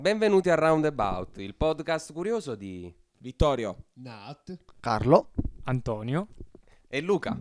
Benvenuti a Roundabout, il podcast curioso di Vittorio, Nat. Carlo. Antonio. e Luca.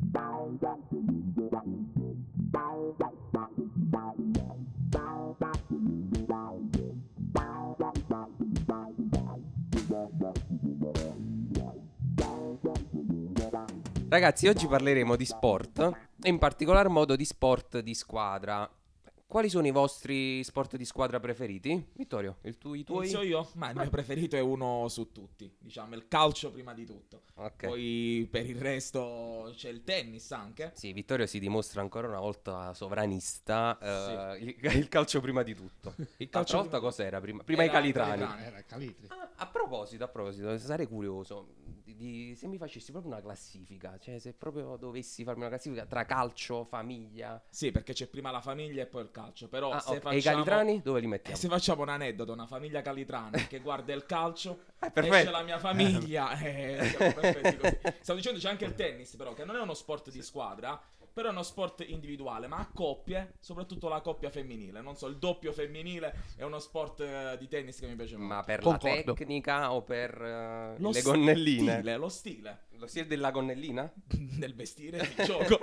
Ragazzi, oggi parleremo di sport e in particolar modo di sport di squadra. Quali sono i vostri sport di squadra preferiti? Vittorio, i tuoi? inizio io? Ma il mio preferito è uno su tutti, diciamo il calcio prima di tutto. Ok. Poi per il resto c'è il tennis anche. Sì, Vittorio si dimostra ancora una volta sovranista. Il calcio prima di tutto. Il L'altra calcio volta prima- cos'era? Prima i Era calitrani. Calitrani. Era Calitri. A proposito, sarei curioso se mi facessi proprio una classifica, cioè se proprio dovessi farmi una classifica tra calcio, famiglia. Sì, perché c'è prima la famiglia e poi il calcio. Però Ah, se ok. E i calitrani dove li mettiamo? se facciamo un aneddoto, una famiglia Calitrani che guarda il calcio, perfetto. esce la mia famiglia e siamo perfetti così. Stavo dicendo c'è anche il tennis, però, che non è uno sport di squadra, però è uno sport individuale, ma a coppie, soprattutto la coppia femminile. Non so, il doppio femminile è uno sport di tennis che mi piace molto. Ma per Concordo. la tecnica o per Lo le gonnelline? stile, lo stile Lo stile della gonnellina? del vestire di gioco.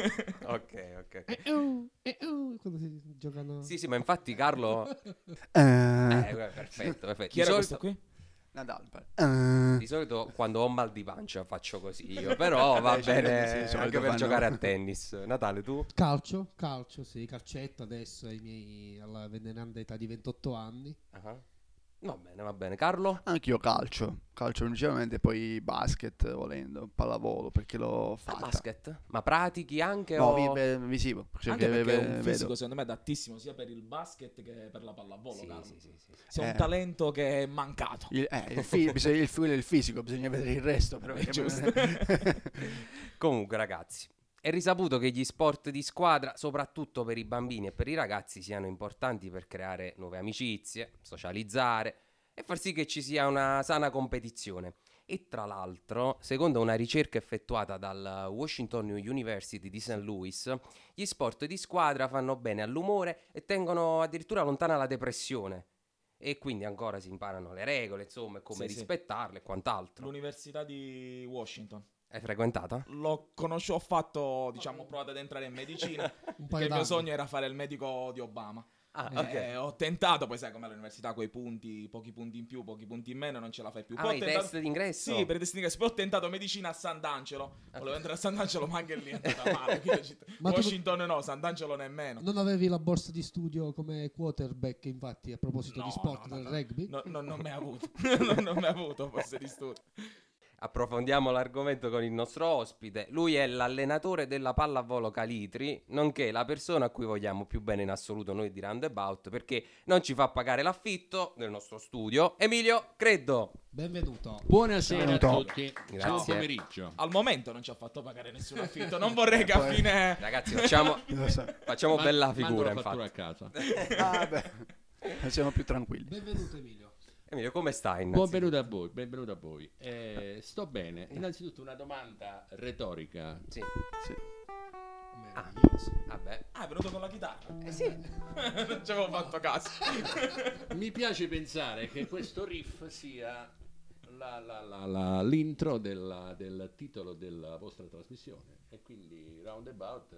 Ok. Quando si giocano. Sì, ma infatti Carlo... Perfetto. Chi era questo qui? Nadal. Di solito quando ho mal di pancia faccio così io, però va Cioè, bene sì, solito anche per fanno. giocare a tennis. Natale, tu? Calcio, sì, calcetto adesso alla veneranda età di 28 anni. Ah. Va bene. Carlo? Anch'io calcio principalmente, poi basket volendo, pallavolo perché l'ho fatta. Basket? Ma pratichi anche No, o... visivo. Cioè, Anche perché è un vedo. fisico secondo me adattissimo sia per il basket che per la pallavolo, Sì, Carlo. sì. C'è un talento che è mancato. Il fisico, bisogna vedere il resto. Però, Giusto. Comunque, ragazzi, è risaputo che gli sport di squadra, soprattutto per i bambini e per i ragazzi, siano importanti per creare nuove amicizie, socializzare e far sì che ci sia una sana competizione. E tra l'altro, secondo una ricerca effettuata dal Washington University di St. Louis, gli sport di squadra fanno bene all'umore e tengono addirittura lontana la depressione. E quindi ancora si imparano le regole, insomma, e come Sì, sì. rispettarle e quant'altro. L'Università di Washington. Hai frequentata? L'ho conosciuto, ho fatto, diciamo, ho provato ad entrare in medicina. Un Perché paio il mio d'anni. sogno era fare il medico di Obama. Ah, ok. Ho tentato, poi sai com'è l'università, quei punti, pochi punti in più, pochi punti in meno, non ce la fai più. Poi ho I tentato- test d'ingresso? Sì, per i test d'ingresso. Poi ho tentato medicina a Sant'Angelo. Volevo entrare a Sant'Angelo, ma anche lì è andata male. Quindi ho detto, Ma tu- Washington no, Sant'Angelo nemmeno. Non avevi la borsa di studio come quarterback, infatti, a proposito No, di sport no, del no. rugby? Non mi ha avuto. non mi ha avuto forse di studio. Approfondiamo l'argomento con il nostro ospite. Lui è l'allenatore della pallavolo Calitri, nonché la persona a cui vogliamo più bene in assoluto noi di Roundabout, perché non ci fa pagare l'affitto del nostro studio. Emilio Creddo. Benvenuto. Buonasera a Ciao. tutti, Grazie. buon pomeriggio. Al momento non ci ha fatto pagare nessun affitto. Non vorrei che a Poi- fine. Ragazzi, facciamo Ma- bella mando figura, la fattura infatti. a casa. Siamo più tranquilli. Benvenuto Emilio. Emilio, come stai? innanzitutto? Benvenuto a voi. Sto bene. Innanzitutto una domanda retorica. Sì. Meraviglioso. Vabbè. Ah, è venuto con la chitarra. Sì. Non ci avevo fatto caso. Mi piace pensare che questo riff sia l'intro del titolo della vostra trasmissione e quindi Roundabout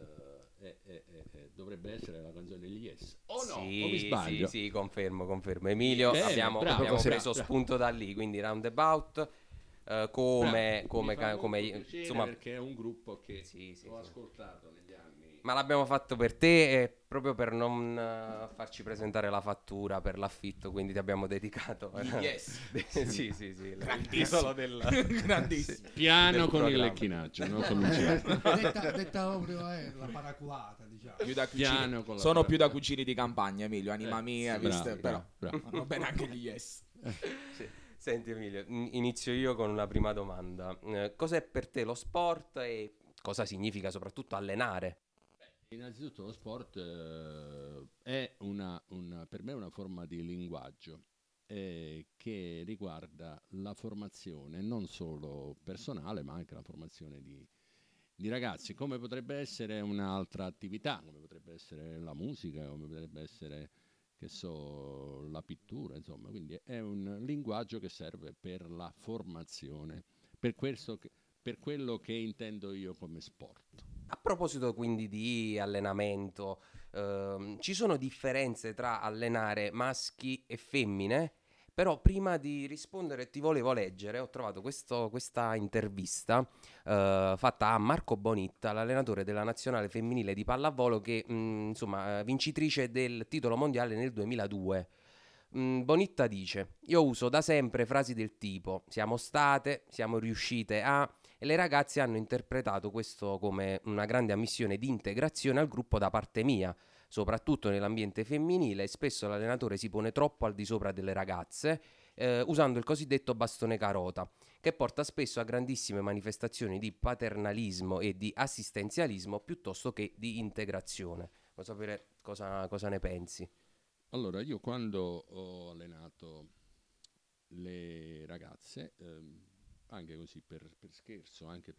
dovrebbe essere la canzone degli Yes. O no? O mi sbaglio? Sì, confermo. Emilio, Bene, abbiamo bravo, preso bravo. spunto da lì, quindi Roundabout, come Mi fa molto piacere insomma, perché è un gruppo che Sì, ho sì. ascoltato negli anni. ma l'abbiamo fatto per te e proprio per non farci presentare la fattura per l'affitto, quindi ti abbiamo dedicato. Yes. Sì, il Grandissimo. titolo del Grandissimo. Piano del con il programma. lecchinaggio, non cominciamo. detta proprio la paraculata, diciamo. Più da cugini. Piano con la Sono parola. più da cugini di campagna, Emilio. Anima mia, sì, viste, bravo, però. bravo. Vanno bene anche gli yes. Sì. Senti Emilio, inizio io con una prima domanda. Cos'è per te lo sport e cosa significa soprattutto allenare? Innanzitutto lo sport è per me una forma di linguaggio che riguarda la formazione non solo personale ma anche la formazione di ragazzi, come potrebbe essere un'altra attività, come potrebbe essere la musica, come potrebbe essere che so, la pittura, insomma, quindi è un linguaggio che serve per la formazione, per per quello che intendo io come sport. A proposito quindi di allenamento, ci sono differenze tra allenare maschi e femmine? Però prima di rispondere ti volevo leggere, ho trovato questa intervista fatta a Marco Bonitta, l'allenatore della nazionale femminile di pallavolo che insomma vincitrice del titolo mondiale nel 2002. Bonitta dice: Io uso da sempre frasi del tipo siamo state, siamo riuscite a, e le ragazze hanno interpretato questo come una grande ammissione di integrazione al gruppo da parte mia, soprattutto nell'ambiente femminile. Spesso l'allenatore si pone troppo al di sopra delle ragazze, usando il cosiddetto bastone carota, che porta spesso a grandissime manifestazioni di paternalismo e di assistenzialismo piuttosto che di integrazione. Vuoi sapere cosa ne pensi? Allora, io quando ho allenato le ragazze, anche così per scherzo, anche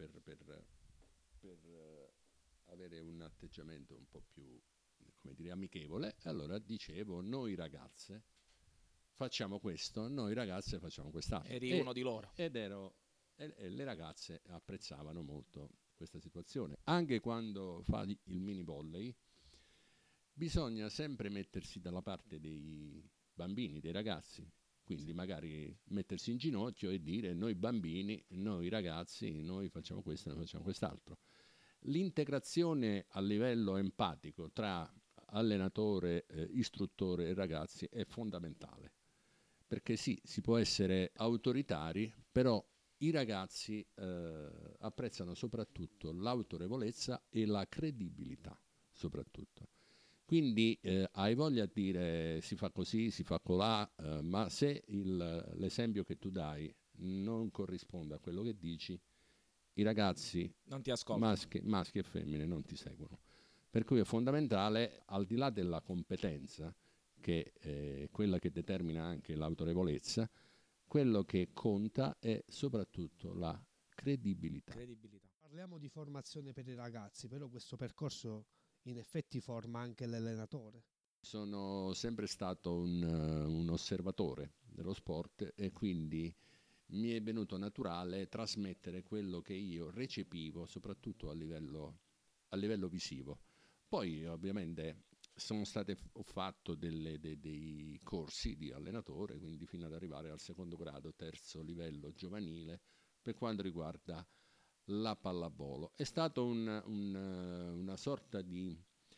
per avere un atteggiamento un po' più, come dire, amichevole, allora dicevo, noi ragazze facciamo questo, noi ragazze facciamo quest'altro. Eri uno di loro. E le ragazze apprezzavano molto questa situazione. Anche quando fa il mini volley, bisogna sempre mettersi dalla parte dei bambini, dei ragazzi, quindi magari mettersi in ginocchio e dire noi bambini, noi ragazzi, noi facciamo questo, noi facciamo quest'altro. L'integrazione a livello empatico tra allenatore, istruttore e ragazzi è fondamentale, perché sì, si può essere autoritari, però i ragazzi apprezzano soprattutto l'autorevolezza e la credibilità, soprattutto. Quindi hai voglia di dire si fa così, si fa colà, ma se l'esempio che tu dai non corrisponde a quello che dici, i ragazzi, Non ti ascoltano. maschi e femmine, non ti seguono. Per cui è fondamentale, al di là della competenza, che è quella che determina anche l'autorevolezza, quello che conta è soprattutto la credibilità. Parliamo di formazione per i ragazzi, però questo percorso in effetti forma anche l'allenatore. Sono sempre stato un osservatore dello sport e quindi mi è venuto naturale trasmettere quello che io recepivo, soprattutto a livello visivo. Poi ovviamente ho fatto dei corsi di allenatore, quindi fino ad arrivare al secondo grado, terzo livello giovanile, per quanto riguarda la pallavolo. È stato una sorta di,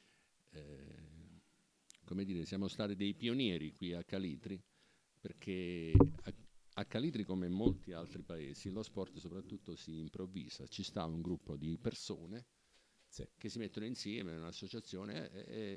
come dire, siamo stati dei pionieri qui a Calitri, perché a Calitri, come in molti altri paesi, lo sport soprattutto si improvvisa. Ci sta un gruppo di persone che si mettono insieme in un'associazione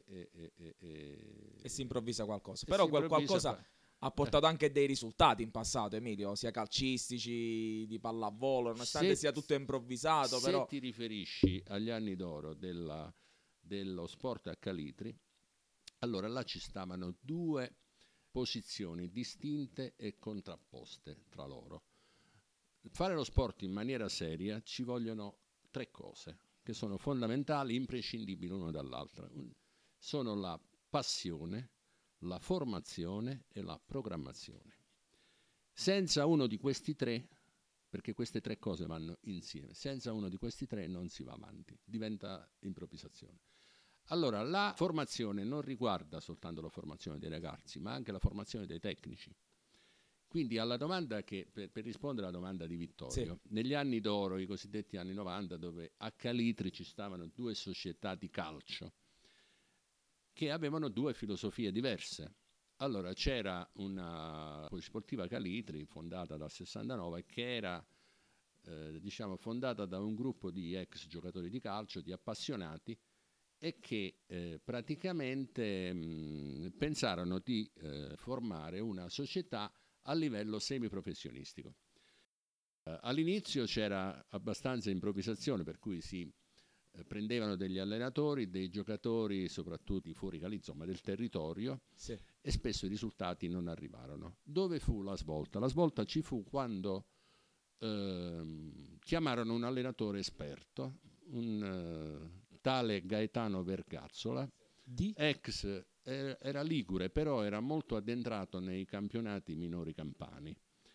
E si improvvisa qualcosa. Però qualcosa ha portato anche dei risultati in passato, Emilio, sia calcistici, di pallavolo, nonostante sia tutto improvvisato. Se però ti riferisci agli anni d'oro dello sport a Calitri, allora là ci stavano due posizioni distinte e contrapposte tra loro. Fare lo sport in maniera seria ci vogliono tre cose che sono fondamentali, imprescindibili l'una dall'altra. Sono la passione, la formazione e la programmazione. Senza uno di questi tre, perché queste tre cose vanno insieme, senza uno di questi tre non si va avanti, diventa improvvisazione. Allora, la formazione non riguarda soltanto la formazione dei ragazzi, ma anche la formazione dei tecnici. Quindi alla domanda per rispondere alla domanda di Vittorio, negli anni d'oro, i cosiddetti anni 90, dove a Calitri ci stavano due società di calcio che avevano due filosofie diverse. Allora c'era una Polisportiva Calitri fondata dal 69 che era fondata da un gruppo di ex giocatori di calcio, di appassionati, e che praticamente pensarono di formare una società a livello semiprofessionistico. All'inizio c'era abbastanza improvvisazione, per cui si prendevano degli allenatori, dei giocatori, soprattutto fuori Calitri, insomma del territorio, e spesso i risultati non arrivarono. Dove fu la svolta? La svolta ci fu quando chiamarono un allenatore esperto, un tale Gaetano Vergazzola, ex era ligure, però era molto addentrato nei campionati minori campani.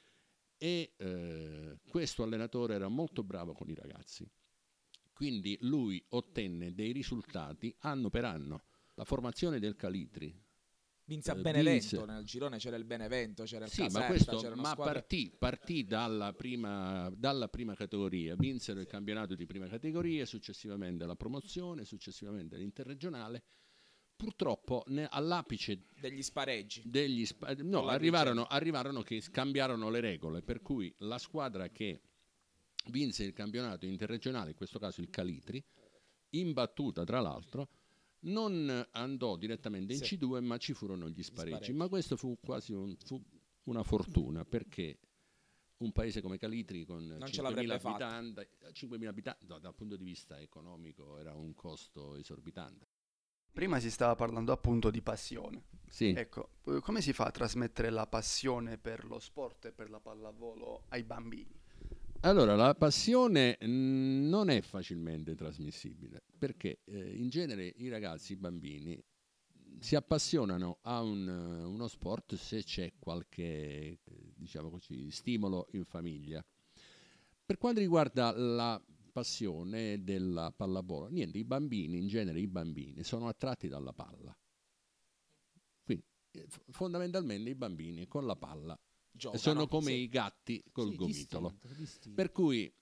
E questo allenatore era molto bravo con i ragazzi. Quindi lui ottenne dei risultati anno per anno. La formazione del Calitri Vinse a Benevento, nel girone c'era il Benevento, c'era il Caserta, c'erano squadre... partì dalla prima categoria, vinsero il campionato di prima categoria, successivamente la promozione, successivamente l'interregionale. Purtroppo all'apice degli spareggi arrivarono che scambiarono le regole, per cui la squadra che vinse il campionato interregionale, in questo caso il Calitri, imbattuta tra l'altro, non andò direttamente in C2, ma ci furono gli spareggi. Ma questo fu quasi una fortuna, perché un paese come Calitri con 5.000 abitanti, no, dal punto di vista economico era un costo esorbitante. Prima si stava parlando appunto di passione. Sì. Ecco, come si fa a trasmettere la passione per lo sport e per la pallavolo ai bambini? Allora, la passione non è facilmente trasmissibile, perché in genere i ragazzi, i bambini, si appassionano a uno sport se c'è qualche, diciamo così, stimolo in famiglia. Per quanto riguarda la passione della pallavolo, niente, i bambini, in genere i bambini, sono attratti dalla palla. Quindi, fondamentalmente i bambini con la palla giocano, sono come i gatti col gomitolo. Distinto. Per cui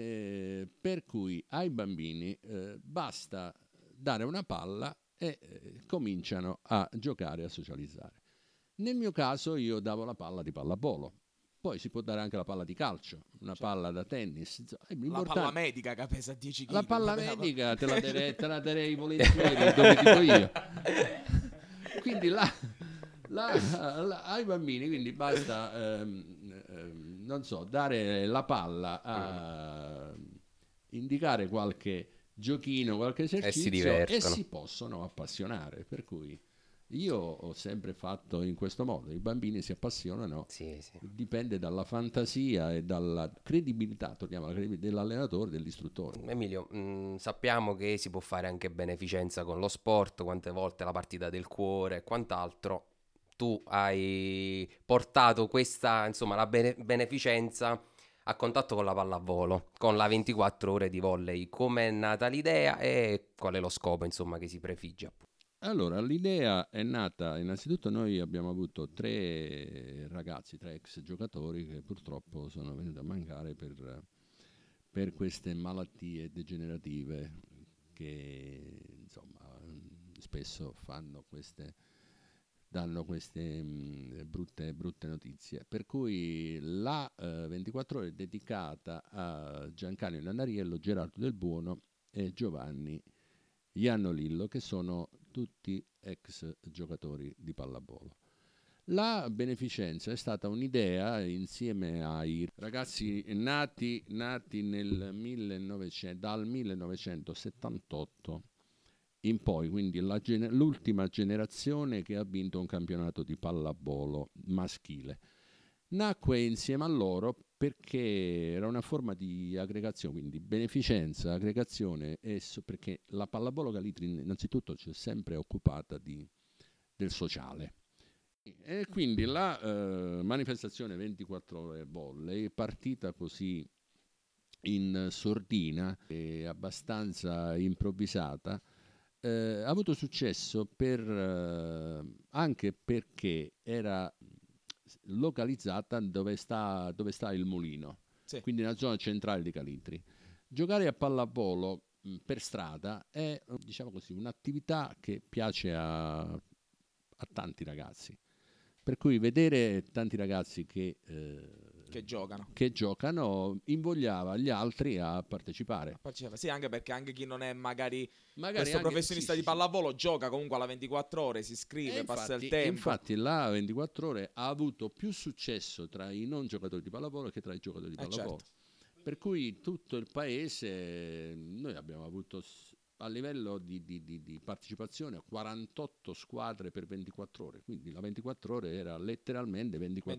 ai bambini basta dare una palla e cominciano a giocare, a socializzare. Nel mio caso io davo la palla di pallavolo. Poi si può dare anche la palla di calcio, una palla da tennis. La palla medica che pesa 10 kg. La palla medica te la darei volentieri dove dico io. Quindi ai bambini quindi basta non so, dare la palla a indicare qualche giochino, qualche esercizio e si possono appassionare. Per cui io ho sempre fatto in questo modo, i bambini si appassionano, dipende dalla fantasia e dalla credibilità, torniamo alla credibilità dell'allenatore, dell'istruttore. Emilio, sappiamo che si può fare anche beneficenza con lo sport, quante volte la partita del cuore e quant'altro. Tu hai portato questa, insomma, la beneficenza a contatto con la pallavolo, con la 24 ore di volley. Come è nata l'idea e qual è lo scopo, insomma, che si prefigge? Allora, l'idea è nata, innanzitutto noi abbiamo avuto 3 ragazzi, 3 ex giocatori che purtroppo sono venuti a mancare per queste malattie degenerative che insomma spesso danno queste brutte notizie. Per cui la 24 ore è dedicata a Giancanio Nannariello, Gerardo Del Buono e Giovanni Iannolillo, che sono tutti ex giocatori di pallavolo. La beneficenza è stata un'idea insieme ai ragazzi nati dal 1978 in poi, quindi l'ultima generazione che ha vinto un campionato di pallavolo maschile. Nacque insieme a loro perché era una forma di aggregazione, quindi beneficenza, aggregazione, perché la pallavolo Calitri innanzitutto ci è sempre occupata del sociale. E quindi la manifestazione 24 ore volley è partita così in sordina e abbastanza improvvisata. Ha avuto successo anche perché era localizzata dove sta il mulino, quindi nella zona centrale di Calitri. Giocare a pallavolo per strada è, diciamo così, un'attività che piace a tanti ragazzi, per cui vedere tanti ragazzi che giocano invogliava gli altri a partecipare. Sì, anche perché anche chi non è magari questo professionista di pallavolo gioca comunque alla 24 ore, si iscrive, passa il tempo. Infatti la 24 ore ha avuto più successo tra i non giocatori di pallavolo che tra i giocatori di pallavolo. Certo. Per cui tutto il paese, noi abbiamo avuto a livello di partecipazione 48 squadre per 24 ore, quindi la 24 ore era letteralmente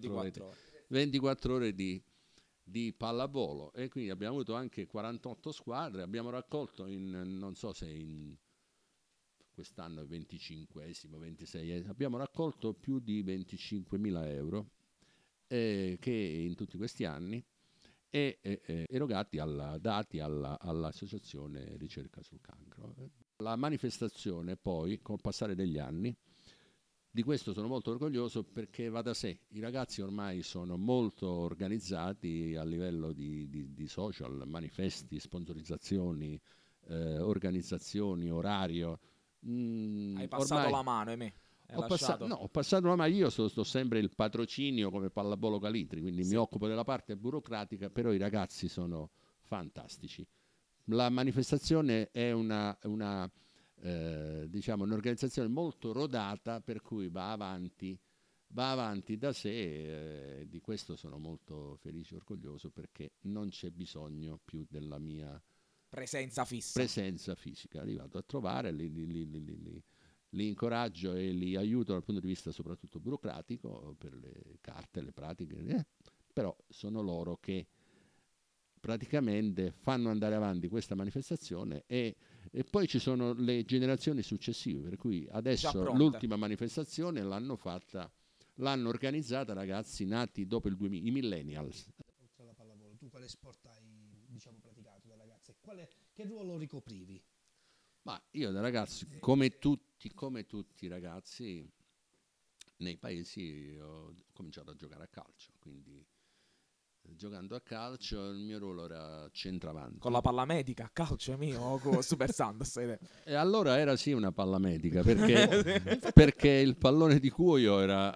24 ore di pallavolo, e quindi abbiamo avuto anche 48 squadre, abbiamo raccolto non so se in quest'anno è 25esimo, 26esimo, abbiamo raccolto più di 25.000 euro che in tutti questi anni e erogati dati all'Associazione Ricerca sul Cancro. La manifestazione poi, col passare degli anni, di questo sono molto orgoglioso perché va da sé, i ragazzi ormai sono molto organizzati a livello di social, manifesti, sponsorizzazioni, organizzazioni, orario. Hai passato Ormai la mano, me. ho passato la mano, io sto sempre il patrocinio come pallavolo Calitri, quindi mi occupo della parte burocratica, però i ragazzi sono fantastici. La manifestazione è diciamo un'organizzazione molto rodata, per cui va avanti da sé, di questo sono molto felice e orgoglioso perché non c'è bisogno più della mia presenza fissa. Li vado a trovare, li incoraggio e li aiuto dal punto di vista soprattutto burocratico per le carte, le pratiche, però sono loro che praticamente fanno andare avanti questa manifestazione e poi ci sono le generazioni successive, per cui adesso l'ultima manifestazione l'hanno organizzata ragazzi nati dopo il 2000, i millennials. Oltre alla pallavolo, tu quale sport hai, diciamo, praticato da ragazzo e che ruolo ricoprivi? Ma io da ragazzo, come tutti i ragazzi nei paesi, ho cominciato a giocare a calcio, quindi giocando a calcio il mio ruolo era centravanti. Con la palla medica, calcio mio, con Super Santos. E allora era sì una palla medica, perché il pallone di cuoio era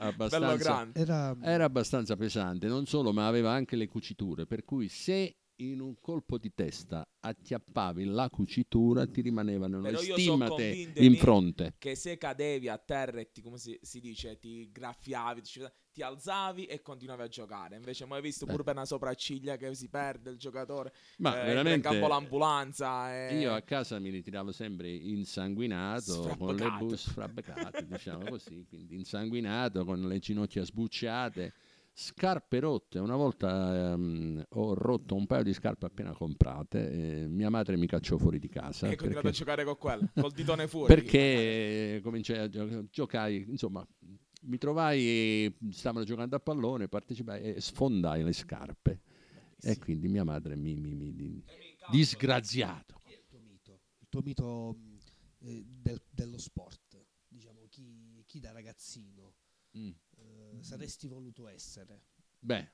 abbastanza pesante, non solo, ma aveva anche le cuciture, per cui se in un colpo di testa acchiappavi la cucitura ti rimanevano le stimmate in fronte, che se cadevi a terra e come si dice, ti graffiavi, ti alzavi e continuavi a giocare. Invece mai visto pure per una sopracciglia che si perde il giocatore, ma veramente in campo l'ambulanza io a casa mi ritiravo sempre insanguinato, con le bus sfrabbecate, diciamo così, quindi insanguinato, con le ginocchia sbucciate, scarpe rotte. Una volta ho rotto un paio di scarpe appena comprate e mia madre mi cacciò fuori di casa e continuato a giocare con quelle col ditone fuori perché cominciai a giocare, insomma mi trovai, stavano giocando a pallone, partecipai e sfondai le scarpe. Bellissimo. E quindi mia madre mi disgraziato. Chi è il tuo mito dello sport? Diciamo, chi da ragazzino saresti voluto essere? Beh,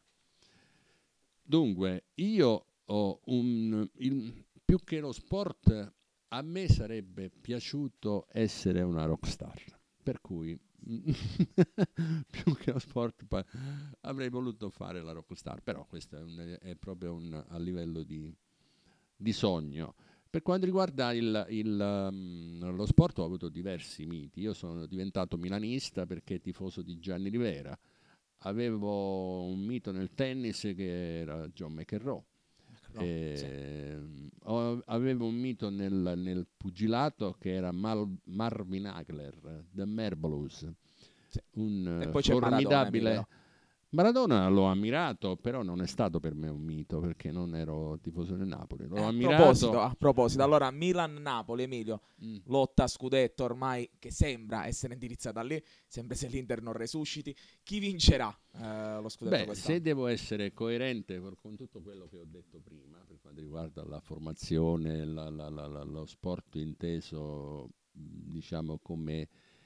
dunque, io ho più che lo sport, a me sarebbe piaciuto essere una rockstar, per cui più che lo sport avrei voluto fare la rockstar, però questo è proprio a livello di sogno. Per quanto riguarda lo sport ho avuto diversi miti. Io sono diventato milanista perché tifoso di Gianni Rivera. Avevo un mito nel tennis che era John McEnroe. Avevo un mito nel pugilato che era Marvin Hagler, The Marvelous, un formidabile. Maradona l'ho ammirato, però non è stato per me un mito perché non ero tifoso del Napoli. L'ho ammirato. A proposito, allora Milan-Napoli, Emilio, lotta a scudetto ormai che sembra essere indirizzata lì, sempre se l'Inter non resusciti. Chi vincerà lo scudetto quest'anno? Se devo essere coerente con tutto quello che ho detto prima per quanto riguarda la formazione, lo sport inteso, diciamo, come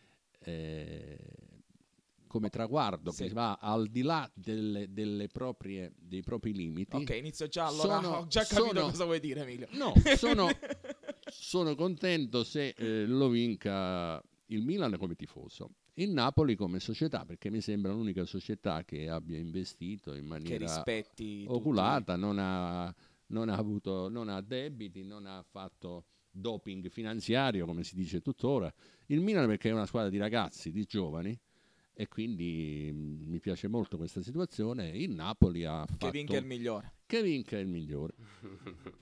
traguardo, sì, che va al di là dei propri limiti. Ok, inizio già, allora ho già capito cosa vuoi dire, Emilio. No, sono contento se lo vinca il Milan come tifoso, il Napoli come società, perché mi sembra l'unica società che abbia investito in maniera oculata, non ha debiti, non ha fatto doping finanziario, come si dice tuttora. Il Milan perché è una squadra di ragazzi, di giovani, e quindi mi piace molto questa situazione. Il Napoli ha fatto che vinca il migliore.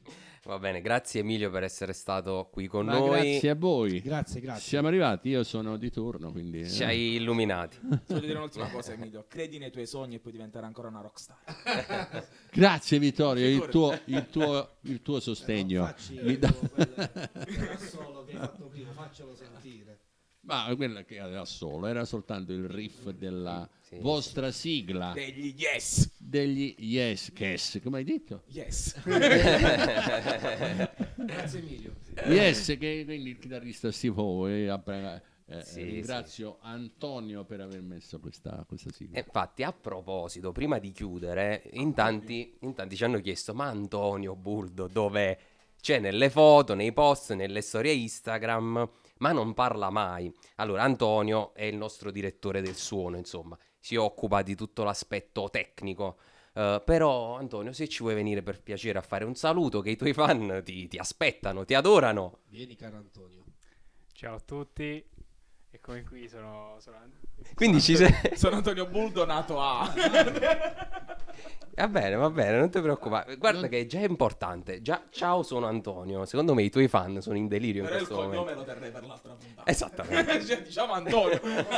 Va bene, grazie Emilio per essere stato qui con Ma noi. grazie a voi. Grazie. Siamo arrivati, io sono di turno, quindi Ci hai illuminati. Ti voglio dire un'ultima cosa, Emilio. Credi nei tuoi sogni e puoi diventare ancora una rockstar. Grazie Vittorio, il tuo sostegno. Facci Mi dà- quel solo che hai fatto prima, faccelo sentire. Ma quella che era solo, era soltanto il riff della Sì, vostra sigla Degli yes. degli Yes Kiss, come hai detto? Yes. Grazie Emilio. Yes, che quindi il chitarrista Steve Howe, Sì, ringrazio Antonio per aver messo questa sigla. Infatti, a proposito, prima di chiudere, in tanti ci hanno chiesto: ma Antonio Buldo dov'è? C'è nelle foto, nei post, nelle storie Instagram, ma non parla mai. Allora, Antonio è il nostro direttore del suono, insomma, si occupa di tutto l'aspetto tecnico. Però, Antonio, se ci vuoi venire per piacere a fare un saluto, che i tuoi fan ti aspettano, ti adorano. Vieni caro Antonio. Ciao a tutti, eccomi qui, sono Quindi ci sei. Sono Antonio Buldo, nato a... Va bene, non ti preoccupare. Guarda che già è importante. Già, ciao, sono Antonio. Secondo me i tuoi fan sono in delirio in Però il questo cognome momento. lo terrei per l'altra puntata. Esattamente. Cioè, diciamo Antonio.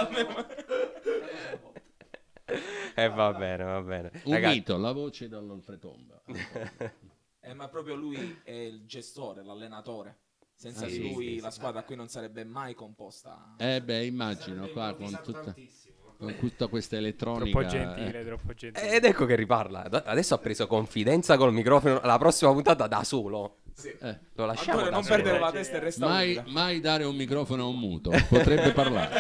Va bene. Un Ragazzi, mito, la voce dall'oltretomba. Ma proprio lui è il gestore, l'allenatore. Senza Sì, di lui sì, la squadra qui non sarebbe mai composta. Immagino qua con tutta questa elettronica. troppo gentile. ed ecco che riparla. Adesso ha preso confidenza col microfono. La prossima puntata da solo. Sì. Lo lasciamo Antonio, da non solo. perdere la testa e resta unita. Mai dare un microfono a un muto, potrebbe parlare.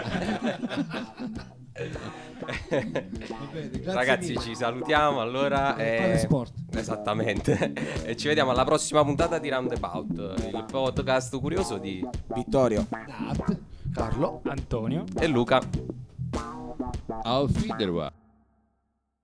Va bene, grazie Ragazzi, mille. ci salutiamo allora. Fate sport. Esattamente. E ci vediamo alla prossima puntata di Roundabout, il podcast curioso di Vittorio. Nat. Carlo. Antonio. e Luca. Auf Wiedersehen.